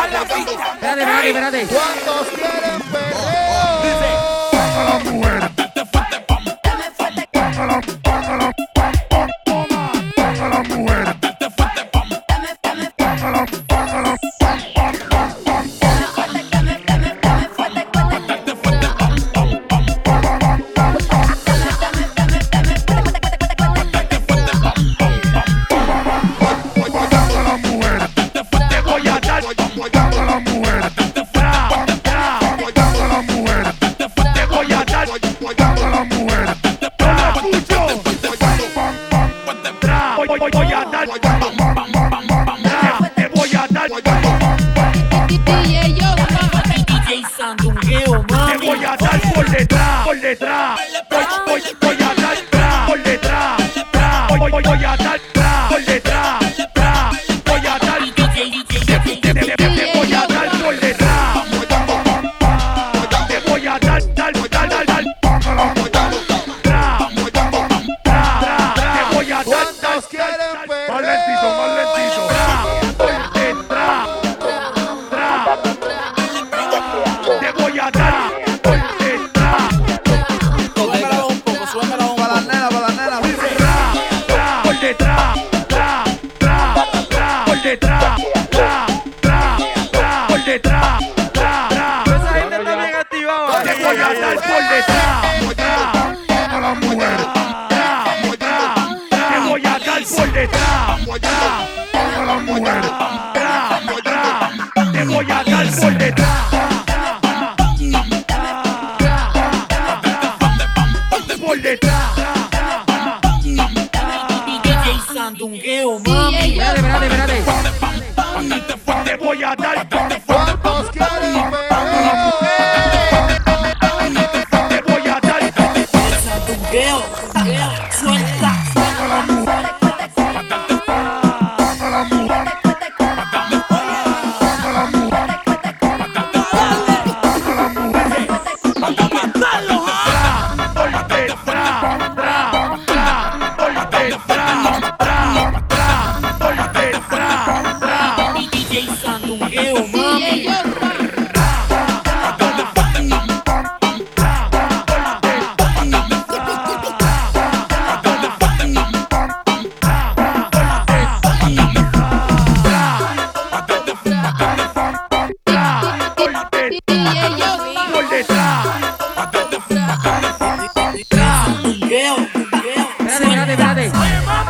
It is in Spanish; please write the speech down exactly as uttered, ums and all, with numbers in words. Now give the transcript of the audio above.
Espérate, espérate, espérate. ¿Cuántos quieren perreo? Dice, a la mujer, te fuerte, pam, a la, a la, a la mujer, te fuerte, pam, a la, a la, te fuerte, pam, pam, pam, te fuerte, pam, pam, pam. a la mujer, Te fuerte, voy a dar, a la mujer, te fuerte, tra, a la mujer, te fuerte, voy a dar, a la mujer, tra, pucho, tra, voy, voy, voy a dar, pam, pam, pam, pam, tra, te voy a dar, D J D J Sandungueo, te mami. voy a dar por detrás, por detrás, voy, voy, voy a dar, tra, por detrás, tra, voy, voy, voy a dar, tra, por detrás, tra, voy a dar, D J, D J, D te, te, te, te voy a dar por detrás, te voy a dar, dar, dar, dar, dar, tra, tra, tra, te voy a dar, dar, ¿Cuántos quieren perreo? más lentito, más lentito, tra, tra, te voy a dar, por detrás, Súbemela un poco, súbemela un poco. Para las nenas, para las nenas. tra, tra, por detrás, tra, tra, tra, por detrás, tra, tra, tra, por detrás, tra, tra, Esa gente está bien activada. te voy a dar por detrás, tra, a la mujer, tra, tra, te voy a dar por detrás, tra, a la mujer, tra, tra, te voy a dar por detrás. Por detrás, D J Sandungueo, mami. D J Espérate, espérate, espérate. te voy a dar, ¿Cuántos quieren perreo? te voy a dar, Sandungueo, suelta. a la mujer, a la mujer, a la mujer, por detrás, tra, tra, por detrás, tra, tra, por detrás, tra. D J Sandungueo, mami. Por detrás, Sandungueo, tra, espérate, espérate, espérate.